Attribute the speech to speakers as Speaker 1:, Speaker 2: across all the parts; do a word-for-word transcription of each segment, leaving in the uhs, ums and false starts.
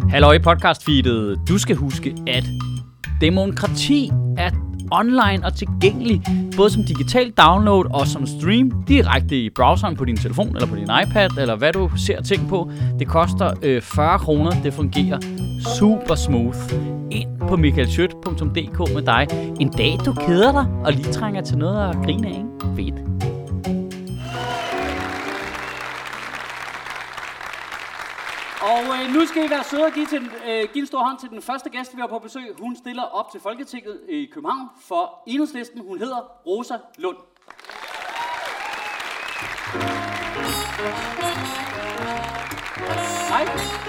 Speaker 1: Halløj i podcastfeedet. Du skal huske, at demokrati er online og tilgængelig, både som digital download og som stream direkte i browseren på din telefon eller på din iPad, eller hvad du ser ting på. Det koster øh, fyrre kroner. Det fungerer super smooth. Ind på michael schødt punktum d k med dig. En dag du keder dig og lige trænger til noget at grine af, ikke? Fedt. Og øh, nu skal I være søde og give, til, øh, give en stor hånd til den første gæst, vi har på besøg. Hun stiller op til Folketinget i København for Enhedslisten. Hun hedder Rosa Lund. Hej.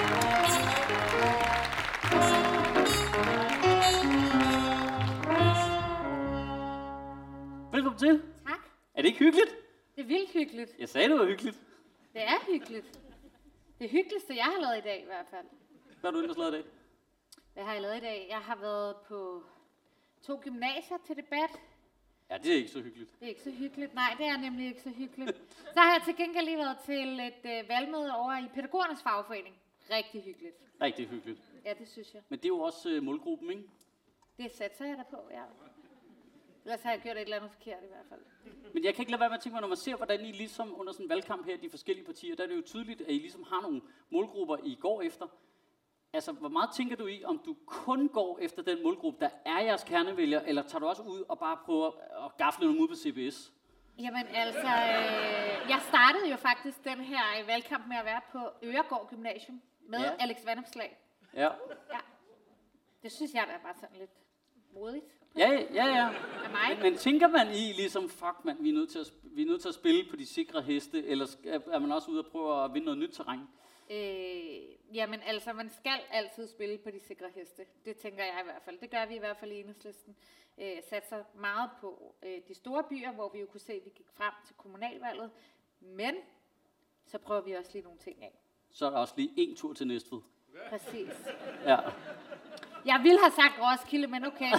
Speaker 1: Velkommen til.
Speaker 2: Tak.
Speaker 1: Er det ikke hyggeligt?
Speaker 2: Det er vildt hyggeligt.
Speaker 1: Jeg sagde, det var hyggeligt.
Speaker 2: Det er hyggeligt. Det hyggeligste, jeg har lavet i dag i hvert fald.
Speaker 1: Hvad har du ellers lavet i dag?
Speaker 2: Hvad har jeg lavet i dag? Jeg har været på to gymnasier til debat.
Speaker 1: Ja, det er ikke så hyggeligt.
Speaker 2: Det er ikke så hyggeligt. Nej, det er nemlig ikke så hyggeligt. Så har jeg til gengæld lige været til et øh, valgmøde over i pædagogernes fagforening. Rigtig hyggeligt.
Speaker 1: Rigtig hyggeligt.
Speaker 2: Ja, det synes jeg.
Speaker 1: Men det er jo også øh, målgruppen, ikke?
Speaker 2: Det satser jeg da på, ja. Ellers har jeg gjort et eller andet forkert i hvert fald.
Speaker 1: Men jeg kan ikke lade være med at tænke mig, når man ser, hvordan I ligesom under sådan en valgkamp her, de forskellige partier, der er det jo tydeligt, at I ligesom har nogle målgrupper, I går efter. Altså, hvor meget tænker du i, om du kun går efter den målgruppe, der er jeres kernevælger, eller tager du også ud og bare prøver at gafle nogle ud på C B S?
Speaker 2: Jamen altså, øh, jeg startede jo faktisk den her valgkamp med at være på Øregård Gymnasium med ja. Alex Vanopslagh.
Speaker 1: Ja.
Speaker 2: Ja. Det synes jeg, der er bare sådan lidt modigt.
Speaker 1: Ja, ja, ja. Men, men tænker man i ligesom, fuck mand, vi er nødt til at, vi er nødt til at spille på de sikre heste, eller er man også ude og prøve at vinde noget nyt terræn?
Speaker 2: Øh, jamen altså, man skal altid spille på de sikre heste. Det tænker jeg i hvert fald. Det gør vi i hvert fald i Enhedslisten. Øh, satser meget på øh, de store byer, hvor vi jo kunne se, at vi gik frem til kommunalvalget. Men så prøver vi også lige nogle ting af.
Speaker 1: Så er der også lige en tur til Næstved.
Speaker 2: Præcis.
Speaker 1: Ja.
Speaker 2: Jeg ville have sagt Roskilde, men okay.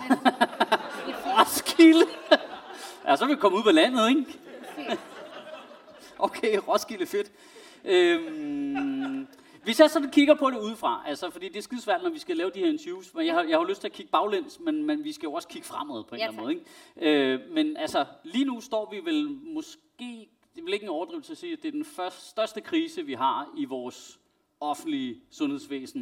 Speaker 1: Roskilde? Ja, så vil vi komme ud på landet, ikke?
Speaker 2: Præcis.
Speaker 1: Okay, Roskilde, fedt. Øhm, hvis jeg sådan kigger på det udefra, altså, fordi det er skidesvært, når vi skal lave de her interviews, men jeg har, jeg har lyst til at kigge baglæns, men, men vi skal jo også kigge fremad på en
Speaker 2: ja,
Speaker 1: eller anden måde, ikke? Øh, men altså, lige nu står vi vel måske, det er vel ikke en overdrivelse at sige, at det er den første, største krise, vi har i vores offentlige sundhedsvæsen.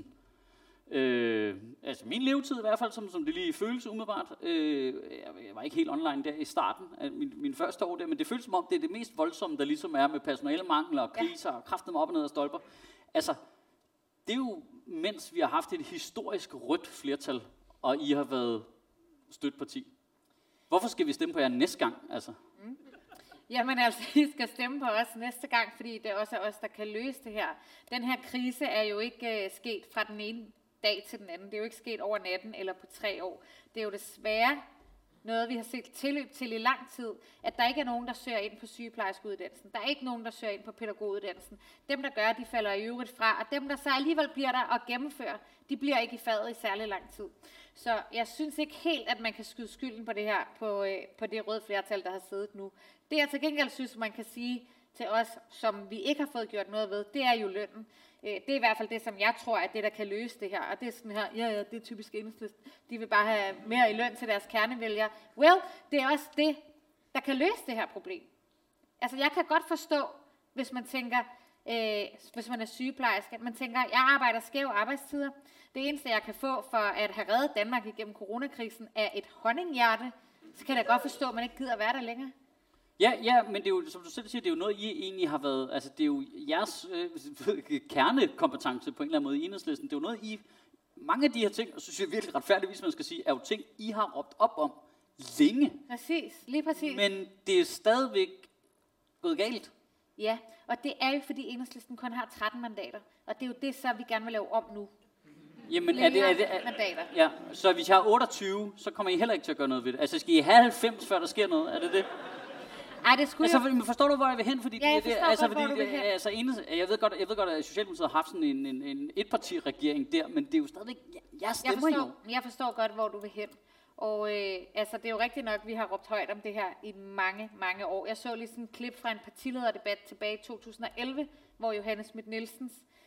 Speaker 1: Øh, altså min levetid i hvert fald, som, som det lige føles umiddelbart. Øh, jeg var ikke helt online der i starten af min, min første år der, men det føles som om, det er det mest voldsomme, der ligesom er med personalemangel og kriser ja. og kraften op og ned og stolper. Altså, det er jo, mens vi har haft et historisk rødt flertal, og I har været støtteparti. Hvorfor skal vi stemme på jer næste gang? Altså?
Speaker 2: Mm. Jamen altså, I skal stemme på os næste gang, fordi det er også os, der kan løse det her. Den her krise er jo ikke uh, sket fra den ene dag til den anden. Det er jo ikke sket over natten eller på tre år. Det er jo desværre noget, vi har set tilløb til i lang tid, at der ikke er nogen, der søger ind på sygeplejerskeuddannelsen. Der er ikke nogen, der søger ind på pædagoguddannelsen. Dem, der gør, de falder i øvrigt fra, og dem, der så alligevel bliver der og gennemfører, de bliver ikke i faget i særlig lang tid. Så jeg synes ikke helt, at man kan skyde skylden på det her, på, øh, på det røde flertal, der har siddet nu. Det jeg til gengæld synes, man kan sige til os, som vi ikke har fået gjort noget ved, det er jo lønnen. Det er i hvert fald det, som jeg tror, er det, der kan løse det her. Og det er sådan her, ja, ja, det er typisk Enhedslisten. De vil bare have mere i løn til deres kernevælgere. Well, det er også det, der kan løse det her problem. Altså, jeg kan godt forstå, hvis man tænker, øh, hvis man er sygeplejerske, man tænker, jeg arbejder skæve arbejdstider. Det eneste, jeg kan få for at have reddet Danmark igennem coronakrisen, er et honninghjerte. Så kan jeg godt forstå, at man ikke gider at være der længere.
Speaker 1: Ja, ja, men det er jo, som du selv siger, det er jo noget, I egentlig har været, altså det er jo jeres øh, kernekompetence på en eller anden måde i Enhedslisten. Det er jo noget, I, mange af de her ting, og så synes jeg virkelig retfærdigvis, man skal sige, er jo ting, I har råbt op om længe.
Speaker 2: Præcis, lige præcis.
Speaker 1: Men det er stadigvæk gået galt.
Speaker 2: Ja, og det er jo, fordi Enhedslisten kun har tretten mandater, og det er jo det, så vi gerne vil lave om nu.
Speaker 1: Jamen, er det, er det, er,
Speaker 2: mandater.
Speaker 1: Ja, så hvis jeg har otteogtyve, så kommer I heller ikke til at gøre noget ved det. Altså, skal I have halvfems, før der sker noget? Er det det?
Speaker 2: Ej, det skulle
Speaker 1: altså,
Speaker 2: jo...
Speaker 1: forstår du, hvor jeg vil hen? Fordi
Speaker 2: ja, jeg
Speaker 1: det,
Speaker 2: forstår
Speaker 1: altså,
Speaker 2: godt,
Speaker 1: fordi,
Speaker 2: hvor du vil hen.
Speaker 1: Altså, enes, jeg, ved godt, jeg ved godt, at Socialdemokratiet har haft sådan en, en, en etpartiregering der, men det er jo stadigvæk... Jeg, jeg stemmer
Speaker 2: jeg forstår,
Speaker 1: jo.
Speaker 2: Jeg forstår godt, hvor du vil hen. Og øh, altså, det er jo rigtigt nok, at vi har råbt højt om det her i mange, mange år. Jeg så lige sådan en klip fra en partilederdebat tilbage i to tusind og elleve, hvor Johanne Schmidt-Nielsens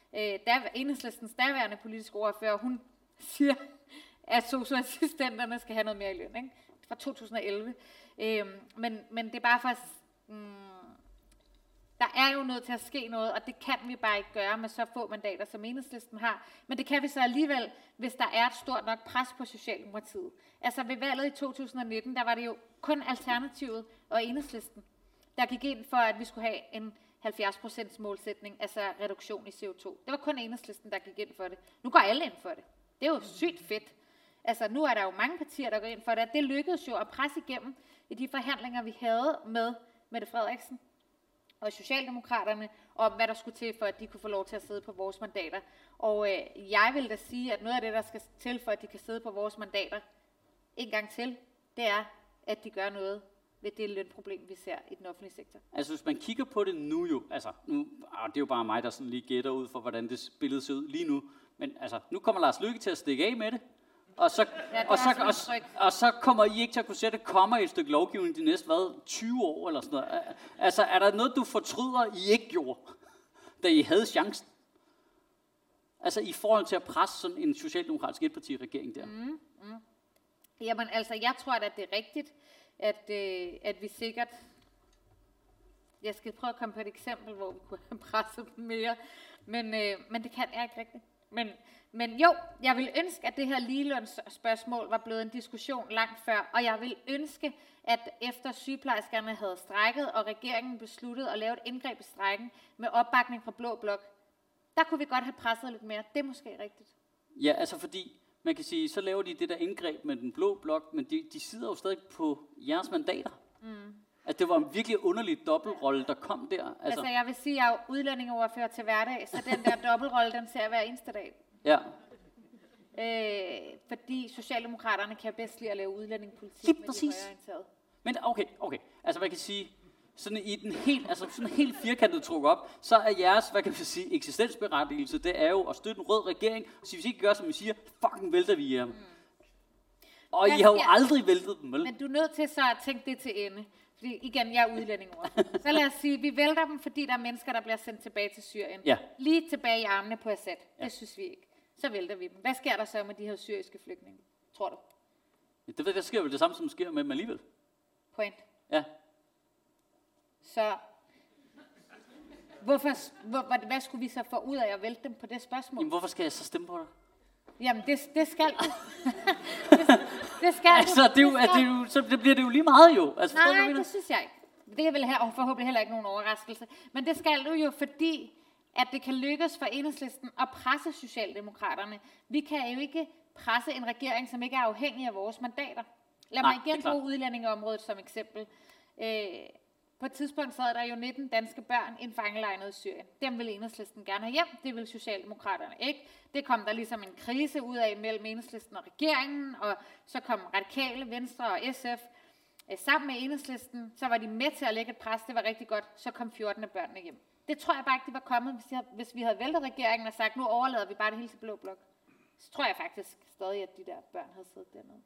Speaker 2: øh, der, Enhedslistens daværende politiske ordfører, hun siger, at sosu-assistenterne skal have noget mere i løn, ikke? Fra to tusind og elleve. Øh, men, men det er bare for, mm, der er jo nødt til at ske noget, og det kan vi bare ikke gøre med så få mandater, som Enhedslisten har. Men det kan vi så alligevel, hvis der er et stort nok pres på Socialdemokratiet. Altså ved valget i to tusind og nitten, der var det jo kun Alternativet og Enhedslisten, der gik ind for, at vi skulle have en halvfjerds procents målsætning, altså reduktion i C O to. Det var kun Enhedslisten, der gik ind for det. Nu går alle ind for det. Det er jo sygt fedt. Altså nu er der jo mange partier, der går ind for det. Det lykkedes jo at presse igennem i de forhandlinger, vi havde med Mette Frederiksen og Socialdemokraterne, om hvad der skulle til, for at de kunne få lov til at sidde på vores mandater. Og øh, jeg vil da sige, at noget af det, der skal til, for at de kan sidde på vores mandater en gang til, det er, at de gør noget ved det lønproblem, vi ser i den offentlige sektor.
Speaker 1: Altså hvis man kigger på det nu jo, altså nu, ah, det er jo bare mig, der sådan lige gætter ud for, hvordan det billede ser ud lige nu, men altså nu kommer Lars Løkke til at stikke af med det, og så, ja, og, så, og, og så kommer I ikke til at kunne sætte kommer i et stykke lovgivning de næste, hvad, tyve år eller sådan noget. Altså er der noget, du fortryder, I ikke gjorde, da I havde chancen? Altså i forhold til at presse sådan en socialdemokratisk etparti-regering der?
Speaker 2: Mm, mm. Jamen altså, jeg tror at det er rigtigt, at, øh, at vi sikkert... Jeg skal prøve at komme på et eksempel, hvor vi kunne have presset dem mere, men, øh, men det kan jeg ikke rigtigt. Men, men jo, jeg vil ønske, at det her ligelønsspørgsmål var blevet en diskussion langt før, og jeg vil ønske, at efter sygeplejerskerne havde strækket, og regeringen besluttede at lave et indgreb i strækken med opbakning fra Blå Blok, der kunne vi godt have presset lidt mere. Det er måske rigtigt.
Speaker 1: Ja, altså fordi man kan sige, så laver de det der indgreb med den Blå Blok, men de, de sidder jo stadig på jeres mandater. Mm. At det var en virkelig underlig dobbeltrolle, der kom der. Altså,
Speaker 2: altså jeg vil sige, at jeg er udlændingeoverfører til hverdag, så den der dobbeltrolle, den ser jeg hver eneste dag.
Speaker 1: Ja.
Speaker 2: Øh, fordi Socialdemokraterne kan bedst lide at lave udlændingepolitik
Speaker 1: Lige
Speaker 2: med
Speaker 1: præcis.
Speaker 2: de højreorienterede.
Speaker 1: Men okay, okay. Altså man kan sige, sådan i den helt, altså sådan helt firkantet truk op, så er jeres, hvad kan man sige, eksistensberettigelse, det er jo at støtte en rød regering, og så hvis I ikke gør, som I siger, fucking vælter vi jer. Mm. Og I har jo aldrig væltet dem, vel?
Speaker 2: Men du er nødt til så at tænke det til ende. Fordi igen, jeg er udlændingeord. Så lad os sige, vi vælter dem, fordi der er mennesker, der bliver sendt tilbage til Syrien. Ja. Lige tilbage i armene på Assad. Ja. Det synes vi ikke. Så vælter vi dem. Hvad sker der så med de her syriske flygtninge, tror du?
Speaker 1: Ja, det, det sker vel det samme, som sker med dem alligevel.
Speaker 2: Point.
Speaker 1: Ja.
Speaker 2: Så hvorfor, hvor, hvad skulle vi så få ud af at vælte dem på det spørgsmål?
Speaker 1: Jamen, hvorfor skal jeg så stemme på dig?
Speaker 2: Jamen, det, det skal du. det, det skal
Speaker 1: altså,
Speaker 2: du.
Speaker 1: Det, er jo, det, er jo, så det bliver det jo lige meget jo. Altså,
Speaker 2: nej, det, det synes jeg ikke. Det er vel her, forhåbentlig heller ikke nogen overraskelse. Men det skal du jo, fordi at det kan lykkes for Enhedslisten at presse Socialdemokraterne. Vi kan jo ikke presse en regering, som ikke er afhængig af vores mandater. Lad mig igen bruge udlændingeområdet som eksempel. Øh, På et tidspunkt sad der jo nitten danske børn i en fangelejr i Syrien. Dem ville Enhedslisten gerne have hjem, det ville Socialdemokraterne ikke. Det kom der ligesom en krise ud af mellem Enhedslisten og regeringen, og så kom Radikale, Venstre og S F eh, sammen med Enhedslisten. Så var de med til at lægge et pres, det var rigtig godt. Så kom fjorten af børnene hjem. Det tror jeg bare ikke, de var kommet, hvis, de havde, hvis vi havde væltet regeringen og sagt, nu overlader vi bare det hele til Blå Blok. Så tror jeg faktisk stadig, at de der børn havde siddet dernede.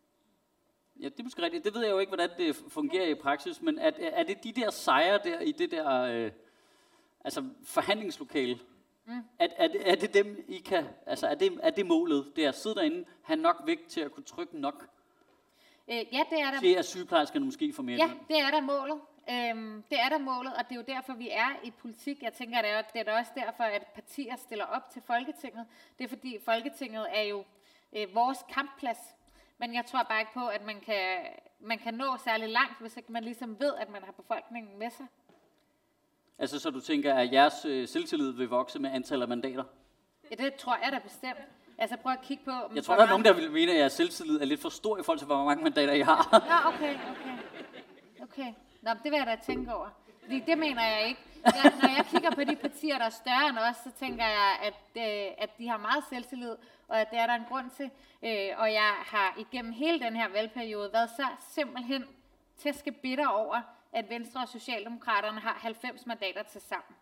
Speaker 1: Ja, det er måske rigtigt. Det ved jeg jo ikke, hvordan det fungerer i praksis, men er, er det de der sejre der i det der øh, altså forhandlingslokale? Mm. Er, er, det, er det dem, I kan, altså er det, er det målet? Det er at sidde derinde, have nok vægt til at kunne trykke nok?
Speaker 2: Øh, ja, det er der.
Speaker 1: Det er sygeplejerskerne måske for mere.
Speaker 2: Ja, det er der målet. Øhm, det er der målet, og det er jo derfor, vi er i politik. Jeg tænker, at det er, det er også derfor, at partier stiller op til Folketinget. Det er fordi, Folketinget er jo øh, vores kampplads. Men jeg tror bare ikke på, at man kan, man kan nå særlig langt, hvis ikke man ligesom ved, at man har befolkningen med sig.
Speaker 1: Altså, så du tænker, at jeres øh, selvtillid vil vokse med antal af mandater?
Speaker 2: Ja, det tror jeg da bestemt. Altså, prøv at kigge på...
Speaker 1: Jeg tror, der er nogen, der vil mene, at jeres selvtillid er lidt for stor i forhold til, hvor mange mandater I har.
Speaker 2: Nå, okay, okay. Okay. Nå, det vil jeg da tænke over. Fordi det mener jeg ikke. Jeg, når jeg kigger på de partier, der er større end os, så tænker jeg, at, øh, at de har meget selvtillid, og at det er der en grund til. Øh, og jeg har igennem hele den her valgperiode været så simpelthen tæske bitter over, at Venstre og Socialdemokraterne har halvfems mandater til sammen.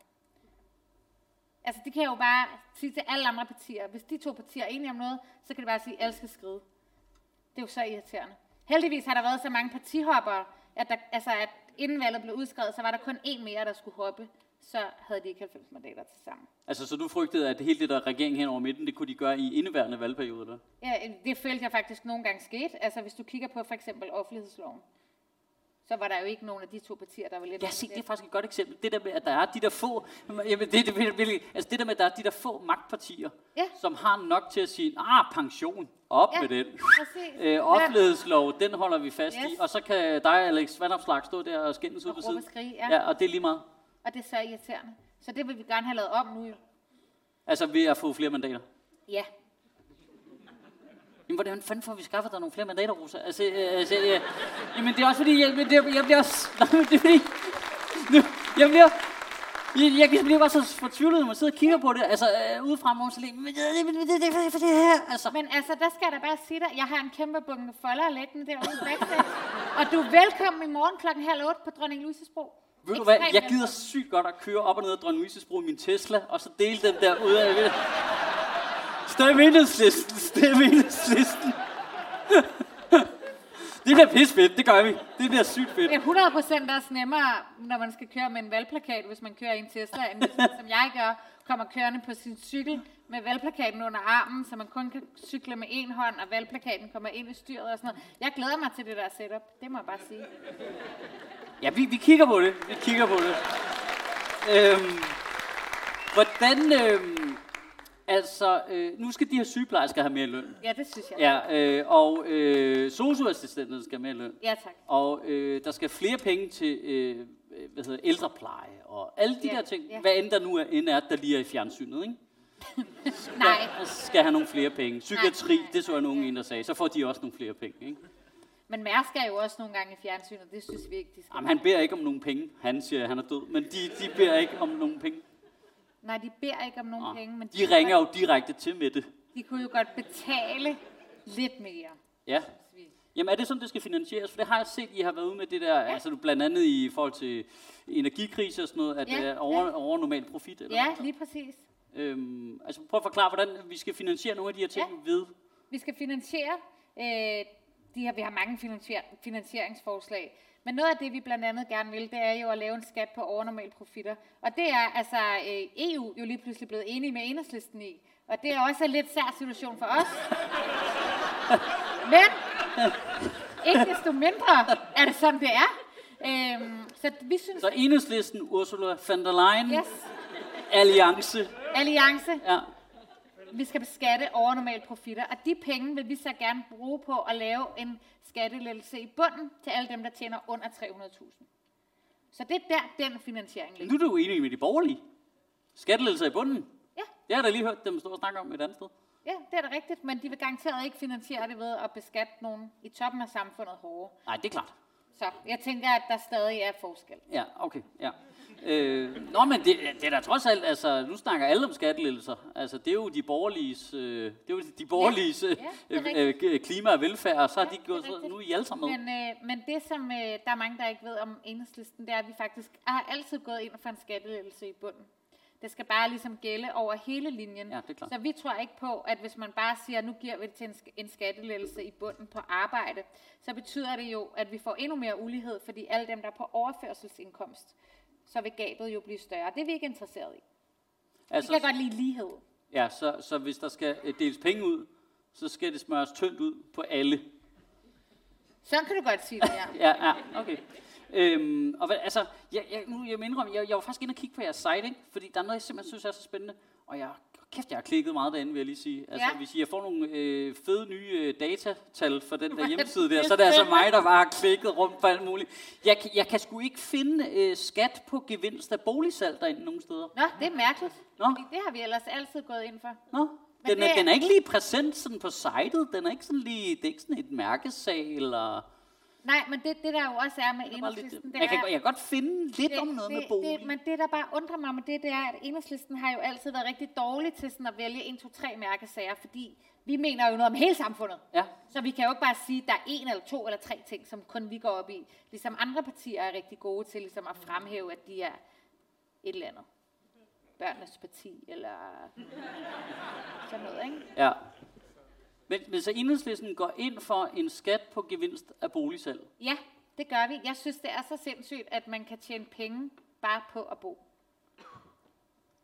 Speaker 2: Altså, det kan jeg jo bare sige til alle andre partier. Hvis de to partier er enige om noget, så kan det bare sige, at alle skal skride. Det er jo så irriterende. Heldigvis har der været så mange partihoppere, at, der, altså, at inden valget blev udskrevet, så var der kun én mere, der skulle hoppe. så havde de ikke halvfems mandater til sammen.
Speaker 1: Altså, så du frygtede, at hele det der regering hen over midten, det kunne de gøre i indeværende valgperiode, eller?
Speaker 2: Ja, det følte jeg faktisk nogle gange skete. Altså, hvis du kigger på for eksempel offentlighedsloven, så var der jo ikke nogen af de to partier, der var lidt...
Speaker 1: Ja, se, det er faktisk et godt eksempel. Det der med, at der er de der få... Jamen, det, det, det, altså det der med, at der er de der få magtpartier,
Speaker 2: ja.
Speaker 1: som har nok til at sige, ah, pension, op
Speaker 2: ja,
Speaker 1: med den.
Speaker 2: Øh,
Speaker 1: offentlighedslov, den holder vi fast
Speaker 2: yes.
Speaker 1: i. Og så kan dig, Alex Vandopslag, stå der og skændes ud på siden.
Speaker 2: Skrige, ja.
Speaker 1: ja, og det er lige meget.
Speaker 2: Og det er så irriterende. Så det vil vi gerne have lavet om nu jo.
Speaker 1: Altså ved at få flere mandater?
Speaker 2: Ja.
Speaker 1: Jamen, hvordan fanden får vi skaffet dig nogle flere mandater, Rosa? Altså, øh, altså øh, jamen, det er også fordi, jeg, det, jeg bliver også... Nej, det er fordi... Nu, jeg bliver... Jeg, jeg, jeg bliver bare så fortvivlet, når man sidder og kigger på det. Altså, øh, udefra må man så lige... Men det, det, det, det, det, det her, altså...
Speaker 2: Men altså, der skal jeg da bare sige dig, jeg har en kæmpe bunke folder liggende derude backstage. Og du er velkommen i morgen klokken halv otte på Dronning Louises Bro.
Speaker 1: Ved du hvad, jeg gider sygt godt at køre op og ned ad Dronning Louises Bro i min Tesla, og så dele den der ud af... Stem Enhedslisten, stem Enhedslisten. Det bliver pissefedt, det gør vi. Det bliver sygt fedt.
Speaker 2: Det er hundrede procent også nemmere, når man skal køre med en valgplakat, hvis man kører i en Tesla, end hvis man, som jeg gør, kommer kørende på sin cykel med valgplakaten under armen, så man kun kan cykle med en hånd, og valgplakaten kommer ind i styret og sådan noget. Jeg glæder mig til det der setup, det må jeg bare sige.
Speaker 1: Ja, vi, vi kigger på det. Vi kigger på det. Øhm, hvordan... Øhm, altså, øh, nu skal de her sygeplejersker have mere løn.
Speaker 2: Ja, det synes jeg.
Speaker 1: Ja, øh, og øh, sosu-assistenterne skal have mere løn.
Speaker 2: Ja, tak.
Speaker 1: Og øh, der skal flere penge til øh, hvad hedder, ældrepleje og alle de
Speaker 2: ja,
Speaker 1: der ting.
Speaker 2: Ja.
Speaker 1: Hvad end der nu er, end er, der lige er i fjernsynet, ikke?
Speaker 2: Nej.
Speaker 1: Der skal have nogle flere penge. Psykiatri,
Speaker 2: nej, nej.
Speaker 1: det så jeg nogen en, der sagde. Så får de også nogle flere penge, ikke?
Speaker 2: Men Mærsk er jo også nogle gange i fjernsynet, det synes vi ikke, de skal.
Speaker 1: Jamen, han beder ikke om nogen penge. Han siger, at han er død. Men de, de beder ikke om nogen penge.
Speaker 2: Nej, de beder ikke om nogen
Speaker 1: Nå,
Speaker 2: penge. Men
Speaker 1: de, de ringer godt, jo direkte til Mette.
Speaker 2: De kunne jo godt betale lidt mere.
Speaker 1: Ja. Jamen, er det sådan, det skal finansieres? For det har jeg set, I har været ude med det der, ja. Altså blandt andet i forhold til energikrise og sådan noget, at det ja. er over, ja. over normal profit. Eller
Speaker 2: ja,
Speaker 1: noget.
Speaker 2: lige præcis.
Speaker 1: Øhm, altså prøv at forklare, hvordan vi skal finansiere nogle af de her ting ja. ved.
Speaker 2: Vi skal finansiere, øh, de her, vi har mange finansier, finansieringsforslag, men noget af det, vi blandt andet gerne vil, det er jo at lave en skat på overnormale profitter. Og det er altså øh, E U jo lige pludselig blevet enige med Enhedslisten i. Og det er også en lidt sær situation for os. Men ikke desto mindre er det sådan, det er. Øhm, så vi synes...
Speaker 1: Så Enhedslisten, Ursula von der Leyen,
Speaker 2: yes.
Speaker 1: Alliance.
Speaker 2: Alliance.
Speaker 1: Ja.
Speaker 2: Vi skal beskatte overnormale profitter, og de penge vil vi så gerne bruge på at lave en skattelettelse i bunden til alle dem, der tjener under tre hundrede tusind. Så det er der, den finansiering ligger.
Speaker 1: Nu er du jo enig med de borgerlige. Skattelettelser i bunden.
Speaker 2: Ja.
Speaker 1: Det har jeg da lige hørt dem stå og snakke om et andet sted.
Speaker 2: Ja, det er da rigtigt, men de vil garanteret ikke finansiere det ved at beskatte nogen i toppen af samfundet hårdere.
Speaker 1: Nej, det er klart.
Speaker 2: Så jeg tænker, at der stadig er forskel.
Speaker 1: Ja, okay, ja. Øh, nå, men det, det er da trods alt, altså, nu snakker alle om skattelettelser. Altså, det er jo de borgerliges, øh, det er jo de borgerliges
Speaker 2: ja, ja,
Speaker 1: øh, øh, klima og velfærd, og så
Speaker 2: ja,
Speaker 1: har de gået så, nu er I alle sammen med.
Speaker 2: Men, øh, men det, som øh, der er mange, der ikke ved om Enhedslisten, det er, at vi faktisk har altid gået ind for en skattelettelse i bunden. Det skal bare ligesom gælde over hele linjen.
Speaker 1: Ja, det er klart.
Speaker 2: Så vi tror ikke på, at hvis man bare siger, at nu giver vi det til en, en skattelettelse i bunden på arbejde, så betyder det jo, at vi får endnu mere ulighed, fordi alle dem, der er på overførselsindkomst, så vil gabet jo blive større. Det er vi ikke interesseret i. Altså, vi kan godt lide lighed.
Speaker 1: Ja, så, så hvis der skal deles penge ud, så skal det smøres tyndt ud på alle.
Speaker 2: Sådan kan du godt sige det,
Speaker 1: ja. ja, ja, okay. Øhm, og hvad, altså, jeg, jeg, nu, jeg, indrømme, jeg, jeg var faktisk inde og kigge på jeres site, ikke? Fordi der er noget, jeg simpelthen synes er så spændende, og jeg, kæft, jeg har klikket meget derinde, vil jeg lige sige. Altså,
Speaker 2: ja.
Speaker 1: hvis jeg får nogle øh, fede nye øh, datatal for den der hjemmeside der, så er det altså mig, der bare har klikket rundt på alt muligt. Jeg, jeg kan sgu ikke finde øh, skat på gevinst af boligsalg derinde nogen steder.
Speaker 2: Nå, det er mærkeligt.
Speaker 1: Nå.
Speaker 2: Det har vi ellers altid gået ind for.
Speaker 1: Nå. Den er, er, den er ikke lige præsent sådan på sitet, den er ikke sådan lige, det er ikke sådan et mærkesag, eller...
Speaker 2: Nej, men det, det der jo også er med Enhedslisten, det
Speaker 1: jeg, kan,
Speaker 2: er,
Speaker 1: jeg kan godt finde lidt
Speaker 2: det,
Speaker 1: om noget
Speaker 2: det,
Speaker 1: med bolig.
Speaker 2: Det, men det, der bare undrer mig med det, det er, at Enhedslisten har jo altid været rigtig dårlig til sådan at vælge en, to, tre mærkesager, fordi vi mener jo noget om hele samfundet.
Speaker 1: Ja.
Speaker 2: Så vi kan jo ikke bare sige, at der er en eller to eller tre ting, som kun vi går op i. Ligesom andre partier er rigtig gode til ligesom at fremhæve, at de er et eller andet. Børnenes parti, eller sådan noget, ikke?
Speaker 1: Ja. Men, men så Enhedslisten går ind for en skat på gevinst af boligsalg?
Speaker 2: Ja, det gør vi. Jeg synes, det er så sindssygt, at man kan tjene penge bare på at bo.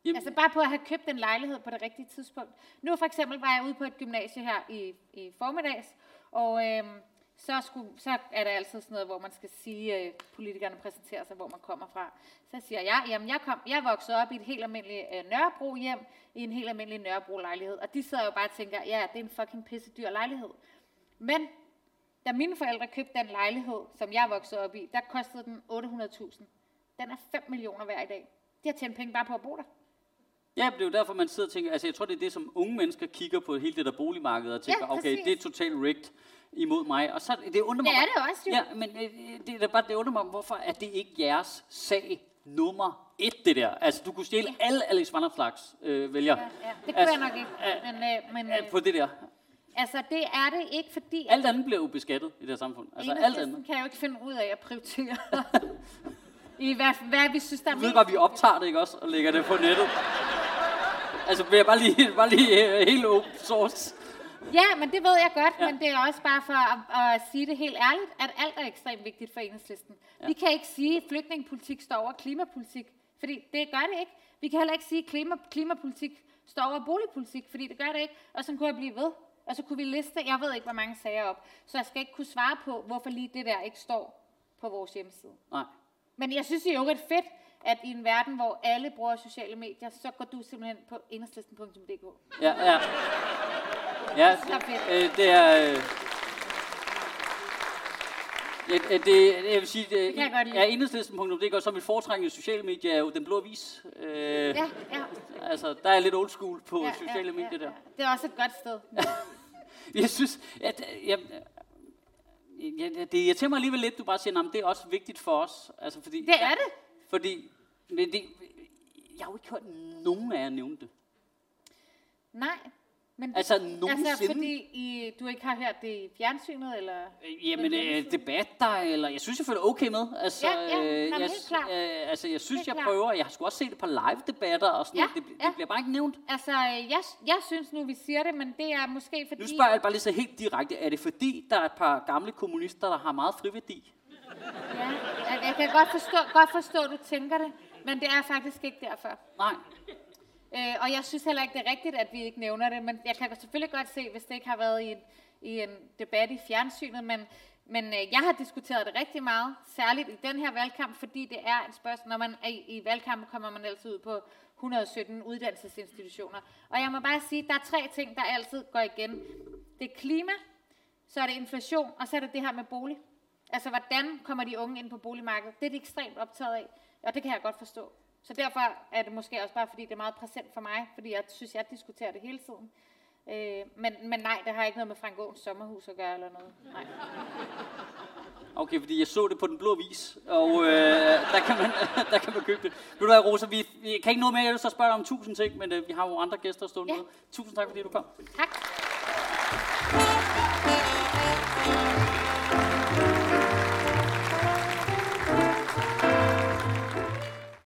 Speaker 2: Jamen. Altså bare på at have købt en lejlighed på det rigtige tidspunkt. Nu for eksempel var jeg ude på et gymnasie her i, i formiddags, og øhm, så, skulle, så er der altid sådan noget, hvor man skal sige, at øh, politikerne præsenterer sig, hvor man kommer fra. Så siger jeg, jamen jeg, kom, jeg voksede op i et helt almindeligt øh, Nørrebro hjem, i en helt almindelig Nørrebro lejlighed, og de sidder jo bare og tænker, ja, det er en fucking pisse dyr lejlighed. Men da mine forældre købte den lejlighed, som jeg voksede op i, der kostede den otte hundrede tusind. Den er fem millioner hver i dag. De har tjent penge bare på at bo der.
Speaker 1: Ja, det er jo derfor, man sidder og tænker, altså jeg tror, det er det, som unge mennesker kigger på hele det der boligmarked og tænker, ja, okay, det er totalt rigged imod mig. Og så, det undrer mig,
Speaker 2: det er det også, jo.
Speaker 1: Ja, men det, det, bare, det undrer mig, hvorfor er det ikke jeres sag nummer et, det der? Altså, du kunne stjæle ja. alle Alex Vanopslaghs øh, vælgere.
Speaker 2: Ja, ja. Det kunne altså, jeg nok ikke. Men, øh, men, øh,
Speaker 1: på det der.
Speaker 2: Altså, det er det ikke, fordi...
Speaker 1: Alt andet bliver jo beskattet i det her samfund. Altså, alt andet
Speaker 2: kan jeg jo ikke finde ud af at prioritere. I hvad, hvad vi synes, der er
Speaker 1: mest... Du ved godt, vi optager det, ikke også? Og lægger det på nettet. Altså, bliver bare lige, bare lige helt open source.
Speaker 2: Ja, men det ved jeg godt, ja. Men det er også bare for at, at sige det helt ærligt, at alt er ekstremt vigtigt for Enhedslisten. Ja. Vi kan ikke sige, at flygtningepolitik står over klimapolitik, fordi det gør det ikke. Vi kan heller ikke sige, at klima, klimapolitik står over boligpolitik, fordi det gør det ikke. Og så kunne jeg blive ved. Og så kunne vi liste, jeg ved ikke, hvor mange sager op, så jeg skal ikke kunne svare på, hvorfor lige det der ikke står på vores hjemmeside.
Speaker 1: Nej.
Speaker 2: Men jeg synes jo, det er fedt, at i en verden, hvor alle bruger sociale medier, så går du simpelthen på enhedslisten punktum d k.
Speaker 1: Ja, ja. Ja, det, øh, det er... Øh, ja, det, jeg vil sige, det, det ja, enhedslisten punktum d k, som et foretrængende sociale medier, er jo Den Blå Avis. Øh, ja, ja. Altså, der er lidt old school på ja, sociale ja, medier ja, der.
Speaker 2: Det er også et godt sted.
Speaker 1: Jeg synes, at... Jeg, Ja, det irriterer mig alligevel lidt, du bare siger, at det er også vigtigt for os. Altså, fordi,
Speaker 2: det er det.
Speaker 1: Fordi, det, jeg har jo ikke hørt nogen af jer nævne det.
Speaker 2: Nej. Men
Speaker 1: altså, nogensinde...
Speaker 2: Altså, fordi I, du ikke har hørt det i fjernsynet, eller...
Speaker 1: Jamen, øh, debatter, eller... Jeg synes, jeg føler okay med. Altså,
Speaker 2: ja, ja,
Speaker 1: øh,
Speaker 2: jeg,
Speaker 1: jeg, øh, altså, jeg synes, helt jeg klar. prøver... Jeg har sgu også set det på live-debatter og sådan ja, noget. Det, ja. det bliver bare ikke nævnt.
Speaker 2: Altså, jeg, jeg synes nu, vi siger det, men det er måske fordi...
Speaker 1: Nu spørger jeg bare lige så helt direkte. Er det fordi, der er et par gamle kommunister, der har meget friværdi?
Speaker 2: Ja, jeg, jeg kan godt forstå, godt forstå, at du tænker det, men det er faktisk ikke derfor.
Speaker 1: Nej.
Speaker 2: Øh, og jeg synes heller ikke, det er rigtigt, at vi ikke nævner det, men jeg kan selvfølgelig godt se, hvis det ikke har været i en, i en debat i fjernsynet, men, men øh, jeg har diskuteret det rigtig meget, særligt i den her valgkamp, fordi det er et spørgsmål, når man er i, i valgkampen, kommer man altid ud på et hundrede og sytten uddannelsesinstitutioner. Og jeg må bare sige, at der er tre ting, der altid går igen. Det er klima, så er det inflation, og så er det det her med bolig. Altså, hvordan kommer de unge ind på boligmarkedet? Det er de ekstremt optaget af, og det kan jeg godt forstå. Så derfor er det måske også bare, fordi det er meget præsent for mig, fordi jeg synes, jeg diskuterer det hele tiden. Øh, men, men nej, det har ikke noget med Frank Aaens sommerhus at gøre eller noget. Nej.
Speaker 1: Okay, fordi jeg så det på Den Blå Avis, og øh, der, kan man, der kan man købe det. Ved du hvad, Rosa, vi, vi kan ikke nå mere, jeg vil så spørge dig om tusind ting, men øh, vi har jo andre gæster stående med. Tusind tak, fordi du kom.
Speaker 2: Tak.